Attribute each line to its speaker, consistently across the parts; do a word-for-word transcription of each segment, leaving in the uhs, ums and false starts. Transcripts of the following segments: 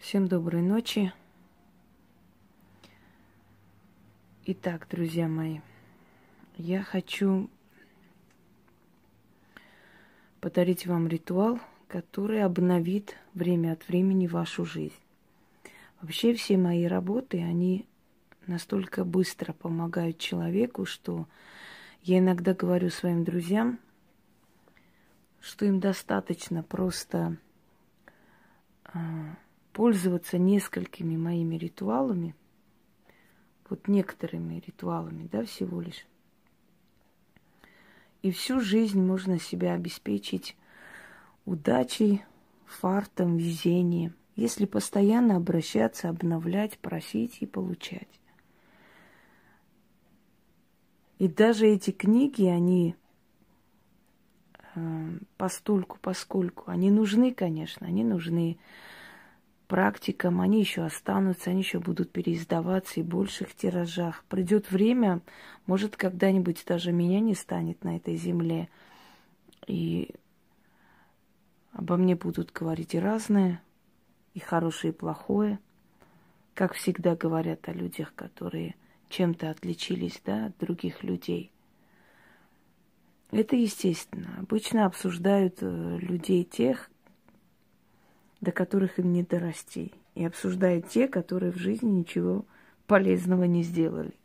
Speaker 1: Всем доброй ночи. Итак, друзья мои, я хочу подарить вам ритуал, который обновит время от времени вашу жизнь. Вообще все мои работы, они настолько быстро помогают человеку, что я иногда говорю своим друзьям, что им достаточно просто а, пользоваться несколькими моими ритуалами, вот некоторыми ритуалами, да, всего лишь. И всю жизнь можно себя обеспечить удачей, фартом, везением, если постоянно обращаться, обновлять, просить и получать. И даже эти книги, они э, постольку, поскольку, они нужны, конечно, они нужны практикам, они еще останутся, они еще будут переиздаваться и в больших тиражах. Придет время, может, когда-нибудь даже меня не станет на этой земле, и обо мне будут говорить и разное, и хорошее, и плохое. Как всегда говорят о людях, которые чем-то отличились, да, от других людей. Это естественно. Обычно обсуждают э, людей тех, до которых им не дорасти. И обсуждают те, которые в жизни ничего полезного не сделали.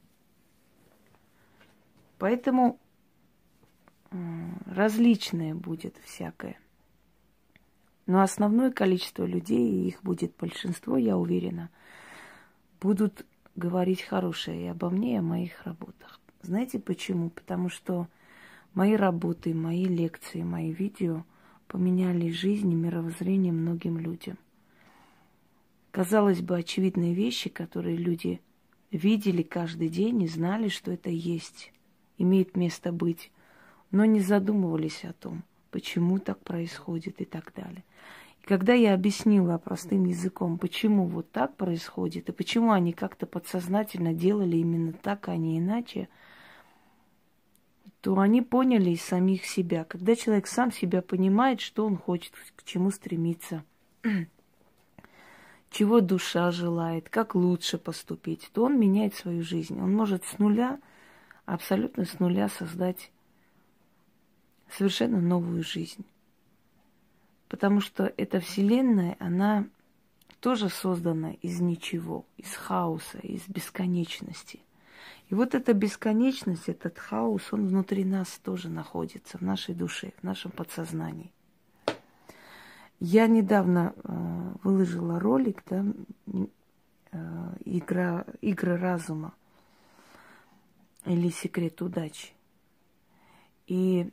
Speaker 1: Поэтому э, различное будет всякое. Но основное количество людей, и их будет большинство, я уверена, будут говорить хорошее и обо мне, и о моих работах. Знаете почему? Потому что мои работы, мои лекции, мои видео поменяли жизнь и мировоззрение многим людям. Казалось бы, очевидные вещи, которые люди видели каждый день и знали, что это есть, имеет место быть, но не задумывались о том, почему так происходит и так далее. И когда я объяснила простым языком, почему вот так происходит, и почему они как-то подсознательно делали именно так, а не иначе, то они поняли из самих себя. Когда человек сам себя понимает, что он хочет, к чему стремится, чего душа желает, как лучше поступить, то он меняет свою жизнь. Он может с нуля, абсолютно с нуля создать совершенно новую жизнь. Потому что эта вселенная, она тоже создана из ничего, из хаоса, из бесконечности. И вот эта бесконечность, этот хаос, он внутри нас тоже находится, в нашей душе, в нашем подсознании. Я недавно э, выложила ролик, да, э, игра, «Игры разума» или «Секрет удачи». И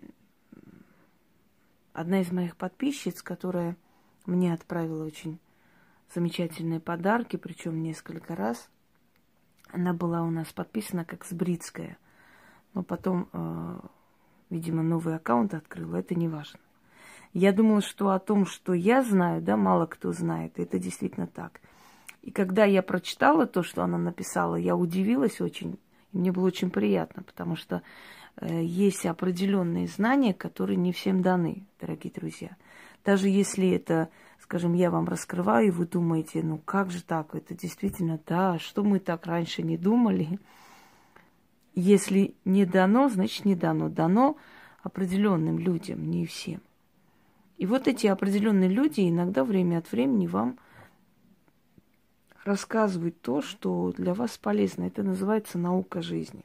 Speaker 1: одна из моих подписчиц, которая мне отправила очень замечательные подарки, причем несколько раз, она была у нас подписана как Сбридская, но потом, э, видимо, новый аккаунт открыла, это не важно. Я думала, что о том, что я знаю, да, мало кто знает, это действительно так. И когда я прочитала то, что она написала, я удивилась очень, и мне было очень приятно, потому что э, есть определенные знания, которые не всем даны, дорогие друзья. Даже если это, скажем, я вам раскрываю, и вы думаете, ну как же так, это действительно, да, что мы так раньше не думали. Если не дано, значит не дано. Дано определенным людям, не всем. И вот эти определенные люди иногда время от времени вам рассказывают то, что для вас полезно. Это называется наука жизни.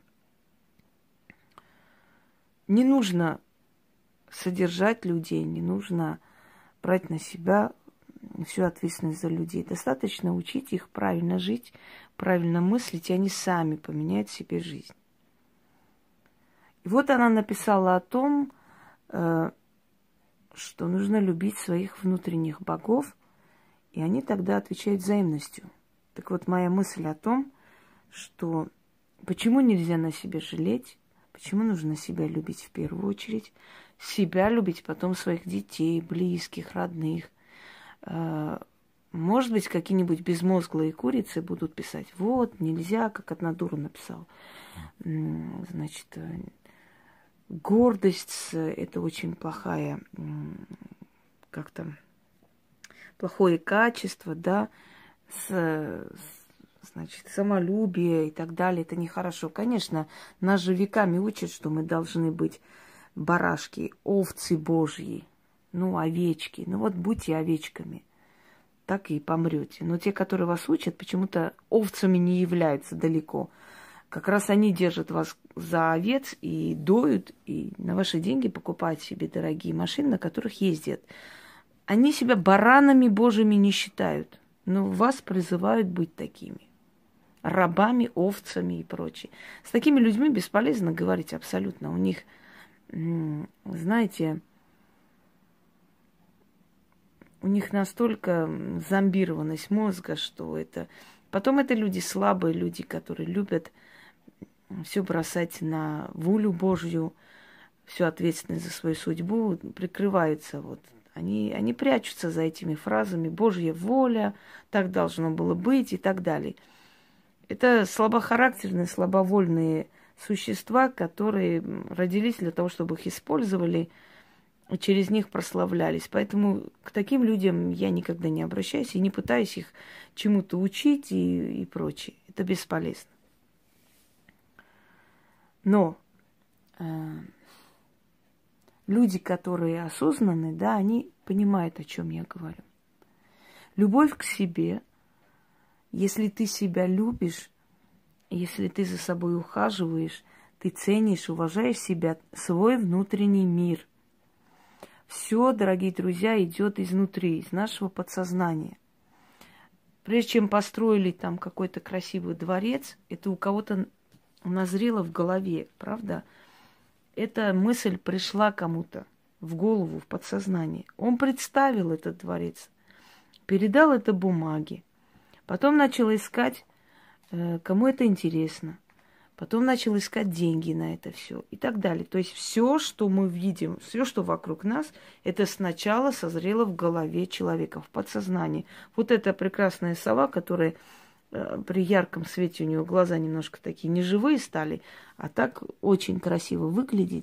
Speaker 1: Не нужно содержать людей, не нужно брать на себя всю ответственность за людей. Достаточно учить их правильно жить, правильно мыслить, и они сами поменяют себе жизнь. И вот она написала о том, что нужно любить своих внутренних богов, и они тогда отвечают взаимностью. Так вот, моя мысль о том, что почему нельзя на себя жалеть, почему нужно себя любить в первую очередь, себя любить, потом своих детей, близких, родных. Может быть, какие-нибудь безмозглые курицы будут писать, вот, нельзя, как одна дура написала. Значит, гордость – это очень плохая, как-то, плохое качество, да. с, с, значит, самолюбие и так далее. Это нехорошо. Конечно, нас же веками учат, что мы должны быть барашки, овцы Божьи, ну, овечки. Ну вот будьте овечками, так и помрете. Но те, которые вас учат, почему-то овцами не являются далеко. Как раз они держат вас за овец и доют, и на ваши деньги покупают себе дорогие машины, на которых ездят. Они себя баранами Божьими не считают, но вас призывают быть такими. Рабами, овцами и прочее. С такими людьми бесполезно говорить абсолютно. У них, знаете, у них настолько зомбированность мозга, что это... Потом это люди слабые, люди, которые любят все бросать на волю Божью, всю ответственность за свою судьбу, прикрываются вот. Они, они прячутся за этими фразами «Божья воля», «так должно было быть» и так далее. Это слабохарактерные, слабовольные существа, которые родились для того, чтобы их использовали, и через них прославлялись. Поэтому к таким людям я никогда не обращаюсь и не пытаюсь их чему-то учить и, и прочее. Это бесполезно. Но э, люди, которые осознанны, да, они понимают, о чем я говорю. Любовь к себе, если ты себя любишь, если ты за собой ухаживаешь, ты ценишь, уважаешь себя, свой внутренний мир. Все, дорогие друзья, идет изнутри, из нашего подсознания. Прежде чем построили там какой-то красивый дворец, это у кого-то назрело в голове, правда? Эта мысль пришла кому-то в голову, в подсознание. Он представил этот дворец, передал это бумаге, потом начал искать, кому это интересно, потом начал искать деньги на это все и так далее. То есть все, что мы видим, все, что вокруг нас, это сначала созрело в голове человека, в подсознании. Вот эта прекрасная сова, которая при ярком свете, у нее глаза немножко такие неживые стали, а так очень красиво выглядит.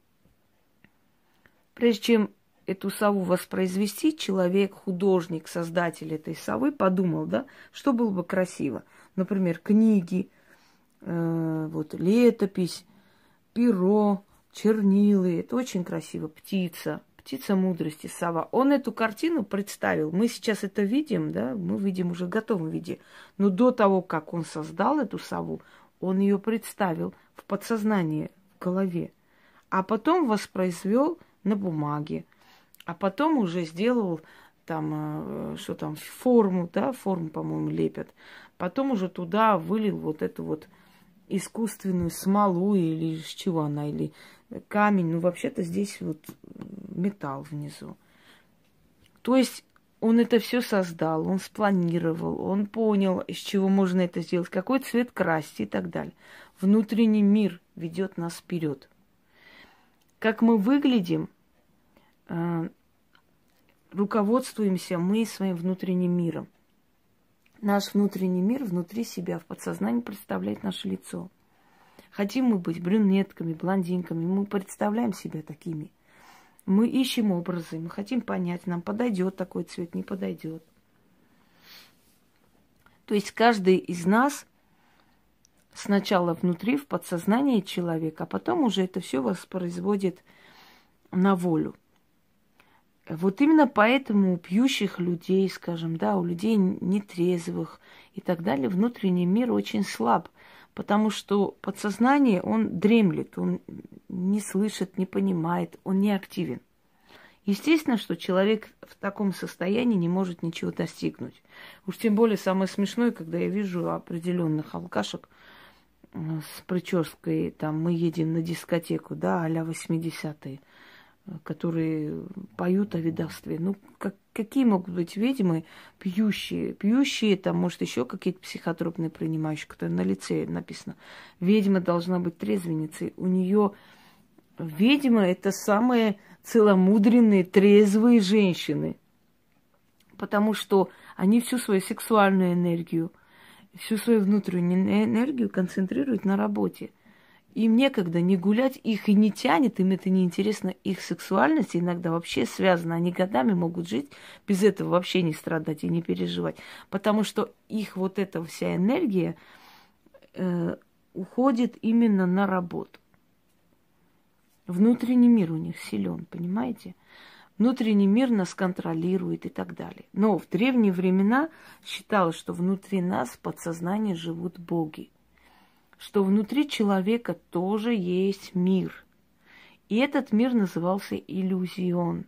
Speaker 1: Прежде чем эту сову воспроизвести, человек, художник, создатель этой совы подумал, да, что было бы красиво. Например, книги, э, вот, летопись, перо, чернилы. Это очень красиво. Птица. Птица мудрости, сова. Он эту картину представил. Мы сейчас это видим, да, мы видим уже в готовом виде. Но до того, как он создал эту сову, он ее представил в подсознании, в голове. А потом воспроизвел на бумаге. А потом уже сделал там, что там, форму, да, форму, по-моему, лепят. Потом уже туда вылил вот эту вот искусственную смолу или из чего она, или камень. Ну, вообще-то здесь вот металл внизу. То есть он это все создал, он спланировал, он понял, из чего можно это сделать, какой цвет красить и так далее. Внутренний мир ведет нас вперед. Как мы выглядим, э, руководствуемся мы своим внутренним миром. Наш внутренний мир внутри себя, в подсознании представляет наше лицо. Хотим мы быть брюнетками, блондинками, мы представляем себя такими. Мы ищем образы, мы хотим понять, нам подойдет такой цвет, не подойдет. То есть каждый из нас сначала внутри, в подсознании человека, а потом уже это все воспроизводит на волю. Вот именно поэтому у пьющих людей, скажем, да, у людей нетрезвых и так далее, внутренний мир очень слаб, потому что подсознание, он дремлет, он не слышит, не понимает, он не активен. Естественно, что человек в таком состоянии не может ничего достигнуть. Уж тем более самое смешное, когда я вижу определенных алкашек с прической, там, мы едем на дискотеку, да, а-ля восьмидесятые, которые поют о ведовстве. Ну, как, какие могут быть ведьмы пьющие? Пьющие, там, может, еще какие-то психотропные принимающие, которые на лице написано. Ведьма должна быть трезвенницей. У нее ведьма – это самые целомудренные, трезвые женщины. Потому что они всю свою сексуальную энергию, всю свою внутреннюю энергию концентрируют на работе. Им некогда не гулять, их и не тянет, им это не интересно. Их сексуальность иногда вообще связана. Они годами могут жить без этого, вообще не страдать и не переживать. Потому что их вот эта вся энергия э, уходит именно на работу. Внутренний мир у них силен, понимаете? Внутренний мир нас контролирует и так далее. Но в древние времена считалось, что внутри нас в подсознании живут боги. Что внутри человека тоже есть мир. И этот мир назывался иллюзион,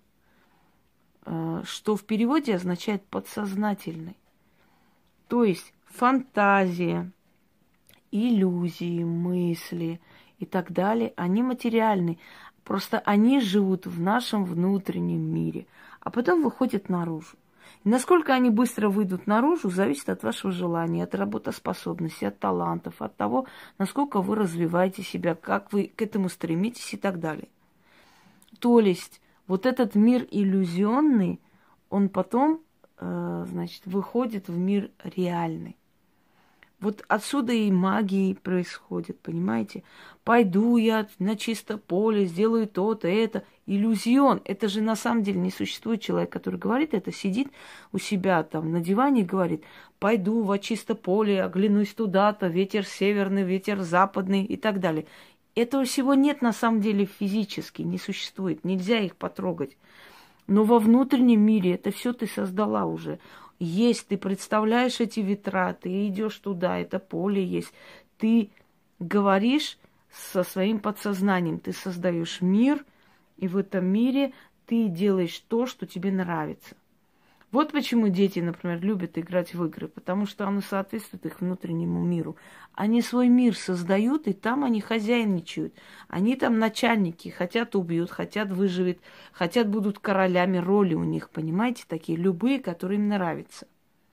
Speaker 1: что в переводе означает подсознательный. То есть фантазия, иллюзии, мысли и так далее, они материальны. Просто они живут в нашем внутреннем мире, а потом выходят наружу. И насколько они быстро выйдут наружу, зависит от вашего желания, от работоспособности, от талантов, от того, насколько вы развиваете себя, как вы к этому стремитесь и так далее. То есть вот этот мир иллюзионный, он потом, э, значит, выходит в мир реальный. Вот отсюда и магии происходит, понимаете? Пойду я на чисто поле, сделаю то-то, это. Иллюзион. Это же на самом деле не существует человек, который говорит это, сидит у себя там на диване и говорит, пойду во чисто поле, оглянусь туда-то, ветер северный, ветер западный и так далее. Этого всего нет на самом деле физически, не существует. Нельзя их потрогать. Но во внутреннем мире это все ты создала уже. Есть, ты представляешь эти ветра, ты идешь туда, это поле есть. Ты говоришь со своим подсознанием, ты создаешь мир, и в этом мире ты делаешь то, что тебе нравится. Вот почему дети, например, любят играть в игры, потому что оно соответствует их внутреннему миру. Они свой мир создают, и там они хозяйничают. Они там начальники, хотят убьют, хотят выживут, хотят будут королями, роли у них, понимаете, такие любые, которые им нравятся.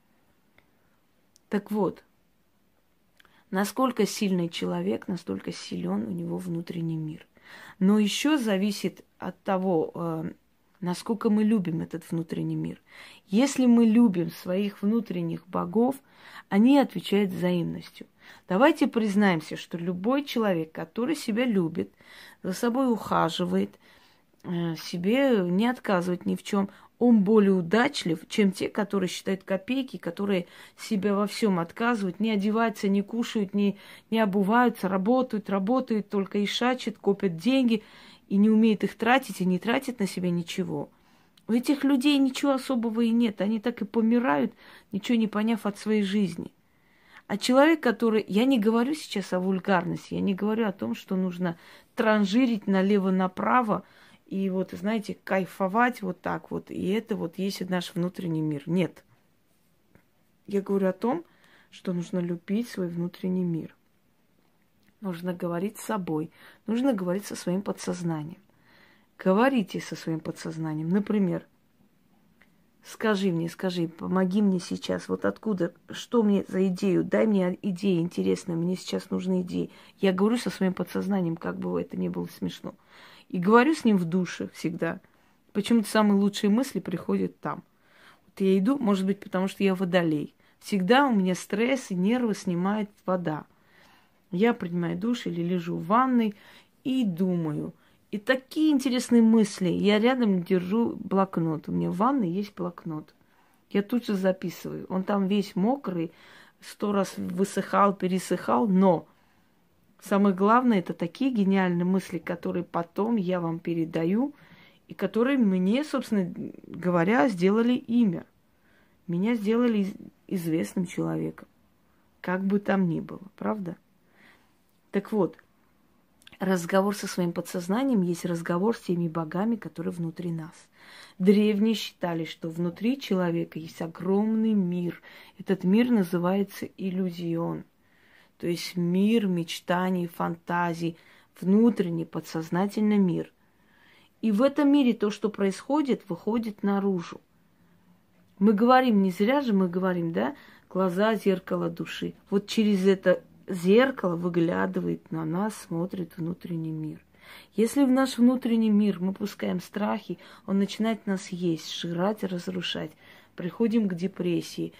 Speaker 1: Так вот, насколько сильный человек, настолько силен у него внутренний мир. Но еще зависит от того, насколько мы любим этот внутренний мир. Если мы любим своих внутренних богов, они отвечают взаимностью. Давайте признаемся, что любой человек, который себя любит, за собой ухаживает, себе не отказывает ни в чем, он более удачлив, чем те, которые считают копейки, которые себя во всем отказывают, не одеваются, не кушают, не, не обуваются, работают, работают, только ишачат, копят деньги и не умеют их тратить, и не тратят на себя ничего. У этих людей ничего особого и нет. Они так и помирают, ничего не поняв от своей жизни. А человек, который... Я не говорю сейчас о вульгарности, я не говорю о том, что нужно транжирить налево-направо и вот, знаете, кайфовать вот так вот. И это вот есть наш внутренний мир. Нет. Я говорю о том, что нужно любить свой внутренний мир. Нужно говорить с собой. Нужно говорить со своим подсознанием. Говорите со своим подсознанием. Например, скажи мне, скажи, помоги мне сейчас. Вот откуда, что мне за идею? Дай мне идеи интересные. Мне сейчас нужны идеи. Я говорю со своим подсознанием, как бы это ни было смешно. И говорю с ним в душе всегда. Почему-то самые лучшие мысли приходят там. Вот я иду, может быть, потому что я водолей. Всегда у меня стресс и нервы снимает вода. Я принимаю душ или лежу в ванной и думаю. И такие интересные мысли. Я рядом держу блокнот. У меня в ванной есть блокнот. Я тут же записываю. Он там весь мокрый, сто раз высыхал, пересыхал. Но самое главное, это такие гениальные мысли, которые потом я вам передаю, и которые мне, собственно говоря, сделали имя. Меня сделали известным человеком. Как бы там ни было, правда? Так вот, разговор со своим подсознанием есть разговор с теми богами, которые внутри нас. Древние считали, что внутри человека есть огромный мир. Этот мир называется иллюзион. То есть мир мечтаний, фантазий, внутренний подсознательный мир. И в этом мире то, что происходит, выходит наружу. Мы говорим, не зря же мы говорим, да, глаза, зеркало души. Вот через это зеркало выглядывает на нас, смотрит внутренний мир. Если в наш внутренний мир мы пускаем страхи, он начинает нас есть, жрать, разрушать. Приходим к депрессии,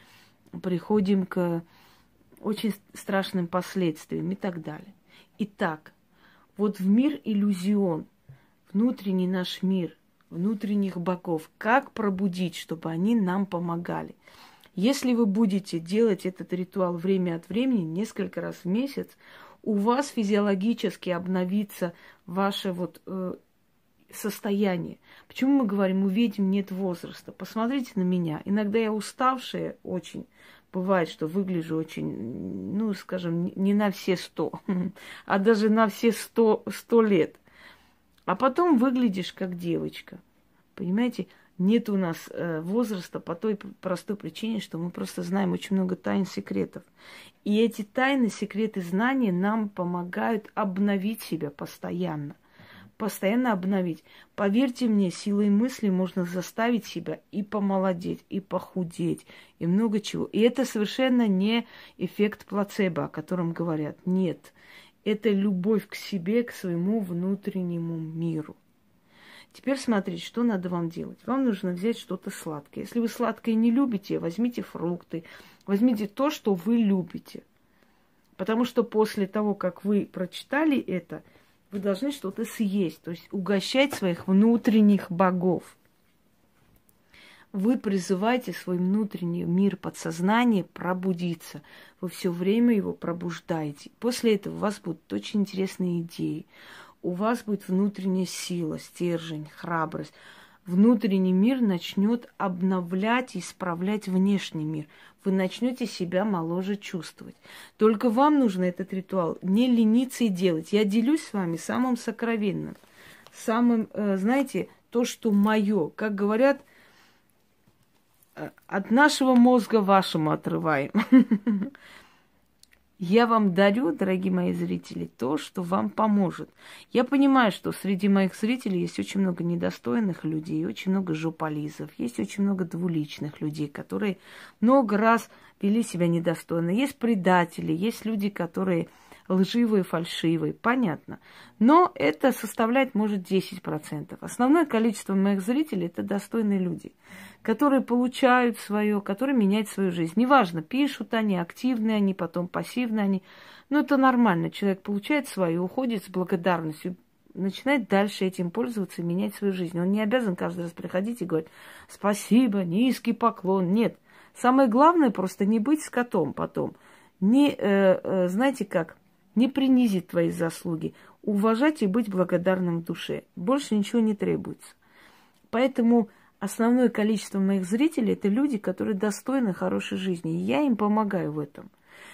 Speaker 1: приходим к очень страшным последствиям и так далее. Итак, Вот в мир иллюзион, внутренний наш мир, внутренних богов, как пробудить, чтобы они нам помогали. Если вы будете делать этот ритуал время от времени, несколько раз в месяц, у вас физиологически обновится ваше вот э, состояние. Почему мы говорим, у ведьм нет возраста? Посмотрите на меня. Иногда я уставшая очень. Бывает, что выгляжу очень, ну, скажем, не на все сто, а даже на все сто, сто лет. А потом выглядишь как девочка. Понимаете? Нет у нас э, возраста по той простой причине, что мы просто знаем очень много тайн, секретов. И эти тайны, секреты, знания нам помогают обновить себя постоянно. Постоянно обновить. Поверьте мне, силой мысли можно заставить себя и помолодеть, и похудеть, и много чего. И это совершенно не эффект плацебо, о котором говорят. Нет. Это любовь к себе, к своему внутреннему миру. Теперь смотрите, что надо вам делать. Вам нужно взять что-то сладкое. Если вы сладкое не любите, возьмите фрукты, возьмите то, что вы любите. Потому что после того, как вы прочитали это, вы должны что-то съесть, то есть угощать своих внутренних богов. Вы призываете свой внутренний мир подсознания пробудиться. Вы все время его пробуждаете. После этого у вас будут очень интересные идеи. У вас будет внутренняя сила, стержень, храбрость. Внутренний мир начнет обновлять и исправлять внешний мир. Вы начнете себя моложе чувствовать. Только вам нужно этот ритуал не лениться и делать. Я делюсь с вами самым сокровенным, самым, знаете, то, что мое. Как говорят, от нашего мозга вашему отрываем. Я вам дарю, дорогие мои зрители, то, что вам поможет. Я понимаю, что среди моих зрителей есть очень много недостойных людей, очень много жополизов, есть очень много двуличных людей, которые много раз вели себя недостойно. Есть предатели, есть люди, которые лживые, фальшивые, понятно. Но это составляет, может, десять процентов. Основное количество моих зрителей – это достойные люди, которые получают свое, которые меняют свою жизнь. Неважно, пишут они, активные они, потом пассивные они. Но это нормально. Человек получает свое, уходит с благодарностью, начинает дальше этим пользоваться и менять свою жизнь. Он не обязан каждый раз приходить и говорить «спасибо», «низкий поклон». Нет. Самое главное просто не быть скотом потом. Не, э, э, знаете как, не принизить твои заслуги. Уважать и быть благодарным в душе. Больше ничего не требуется. Поэтому основное количество моих зрителей – это люди, которые достойны хорошей жизни. И я им помогаю в этом.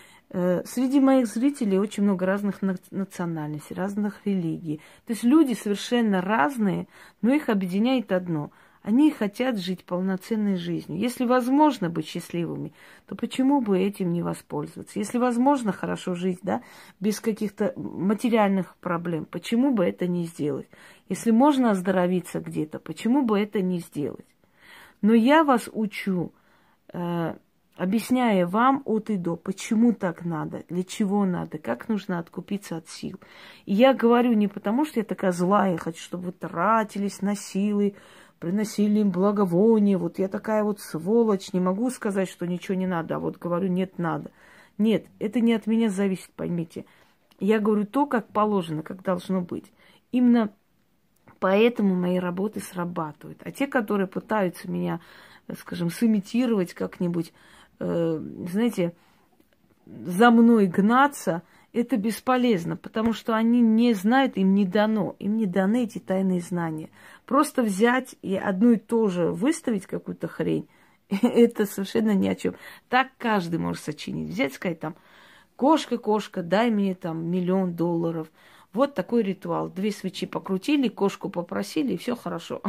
Speaker 1: Среди моих зрителей очень много разных национальностей, разных религий. То есть люди совершенно разные, но их объединяет одно – они хотят жить полноценной жизнью. Если возможно быть счастливыми, то почему бы этим не воспользоваться? Если возможно хорошо жить, да, без каких-то материальных проблем, почему бы это не сделать? Если можно оздоровиться где-то, почему бы это не сделать? Но я вас учу, э, объясняя вам от и до, почему так надо, для чего надо, как нужно откупиться от сил. И я говорю не потому, что я такая злая, я хочу, чтобы вы тратились на силы, приносили им благовоние. Вот я такая вот сволочь, не могу сказать, что ничего не надо, а вот говорю, нет, надо. Нет, это не от меня зависит, поймите. Я говорю то, как положено, как должно быть. Именно поэтому мои работы срабатывают. А те, которые пытаются меня, скажем, сымитировать как-нибудь, э, знаете, за мной гнаться, это бесполезно, потому что они не знают, им не дано, им не даны эти тайные знания. Просто взять и одну и то же выставить какую-то хрень, это совершенно ни о чем. Так каждый может сочинить. Взять, сказать там, кошка, кошка, дай мне там миллион долларов. Вот такой ритуал. Две свечи покрутили, кошку попросили, и все хорошо.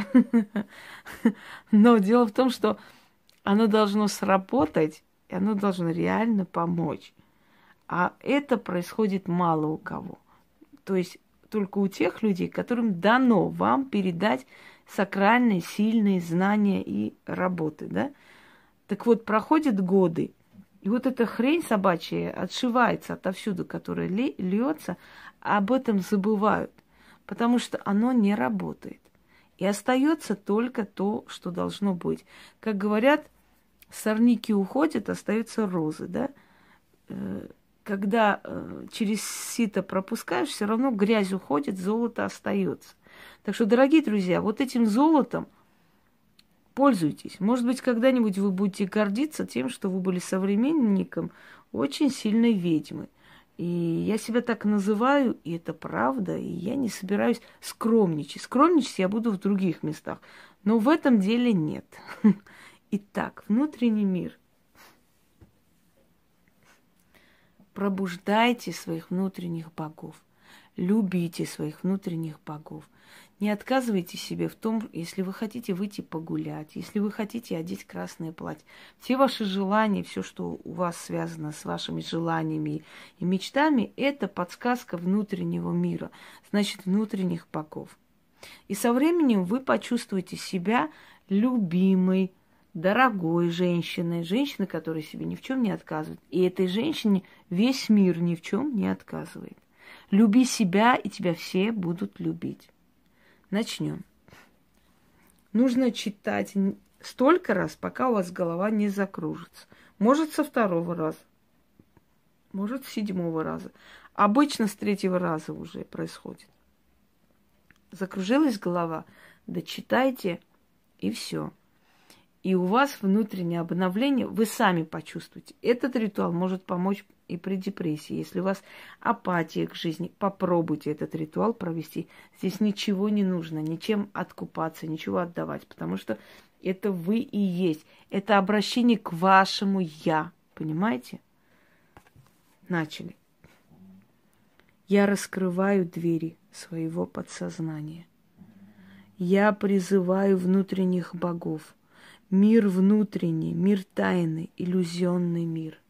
Speaker 1: Но дело в том, что оно должно сработать, и оно должно реально помочь. А это происходит мало у кого. То есть только у тех людей, которым дано вам передать сакральные, сильные знания и работы, да? Так вот, проходят годы, и вот эта хрень собачья отшивается отовсюду, которая льется, а об этом забывают, потому что оно не работает. И остается только то, что должно быть. Как говорят, сорняки уходят, остаются розы, да? когда э, через сито пропускаешь, все равно грязь уходит, золото остается. Так что, дорогие друзья, вот этим золотом пользуйтесь. Может быть, когда-нибудь вы будете гордиться тем, что вы были современником очень сильной ведьмы. И я себя так называю, и это правда, и я не собираюсь скромничать. Скромничать я буду в других местах, но в этом деле нет. Итак, внутренний мир. Пробуждайте своих внутренних богов. Любите своих внутренних богов. Не отказывайте себе в том, если вы хотите выйти погулять, если вы хотите одеть красное платье. Все ваши желания, все, что у вас связано с вашими желаниями и мечтами, это подсказка внутреннего мира, значит, внутренних богов. И со временем вы почувствуете себя любимой, дорогой женщиной, женщиной, которая себе ни в чем не отказывает. И этой женщине весь мир ни в чем не отказывает. Люби себя, и тебя все будут любить. Начнем. Нужно читать столько раз, пока у вас голова не закружится. Может, со второго раза, может, с седьмого раза. Обычно с третьего раза уже происходит. Закружилась голова, дочитайте, и все. И у вас внутреннее обновление, вы сами почувствуете. Этот ритуал может помочь и при депрессии. Если у вас апатия к жизни, попробуйте этот ритуал провести. Здесь ничего не нужно, ничем откупаться, ничего отдавать, потому что это вы и есть. Это обращение к вашему «я». Понимаете? Начали. Я раскрываю двери своего подсознания. Я призываю внутренних богов. Мир внутренний, мир тайный, иллюзионный мир.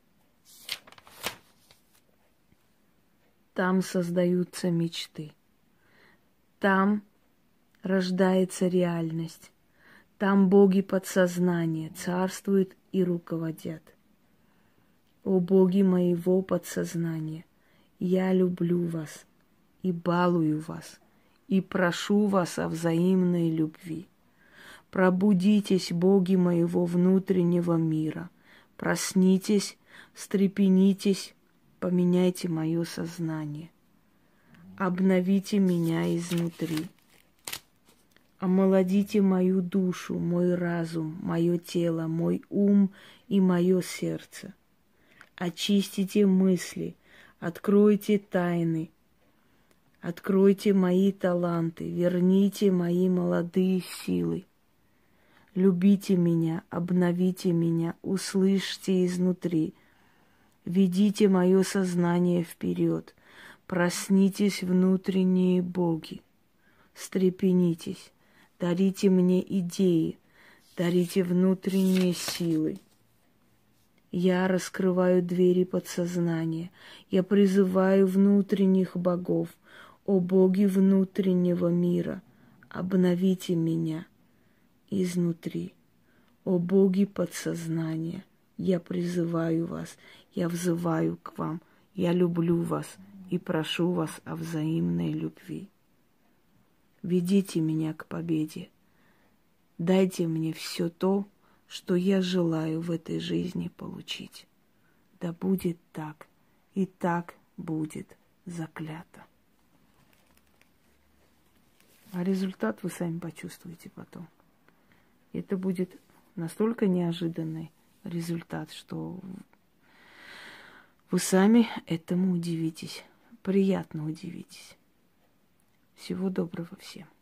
Speaker 1: Там создаются мечты. Там рождается реальность. Там боги подсознания царствуют и руководят. О боги моего подсознания, я люблю вас и балую вас, и прошу вас о взаимной любви. Пробудитесь, боги моего внутреннего мира. Проснитесь, встрепенитесь, поменяйте мое сознание. Обновите меня изнутри. Омолодите мою душу, мой разум, мое тело, мой ум и мое сердце. Очистите мысли, откройте тайны, откройте мои таланты, верните мои молодые силы. Любите меня, обновите меня, услышьте изнутри. Ведите мое сознание вперед. Проснитесь, внутренние боги. Встрепенитесь. Дарите мне идеи. Дарите внутренние силы. Я раскрываю двери подсознания. Я призываю внутренних богов. О боги внутреннего мира, обновите меня изнутри. О боги подсознания, я призываю вас, я взываю к вам, я люблю вас и прошу вас о взаимной любви. Ведите меня к победе. Дайте мне все то, что я желаю в этой жизни получить. Да будет так, и так будет заклято. А результат вы сами почувствуете потом. Это будет настолько неожиданный результат, что вы сами этому удивитесь. Приятно удивитесь. Всего доброго всем.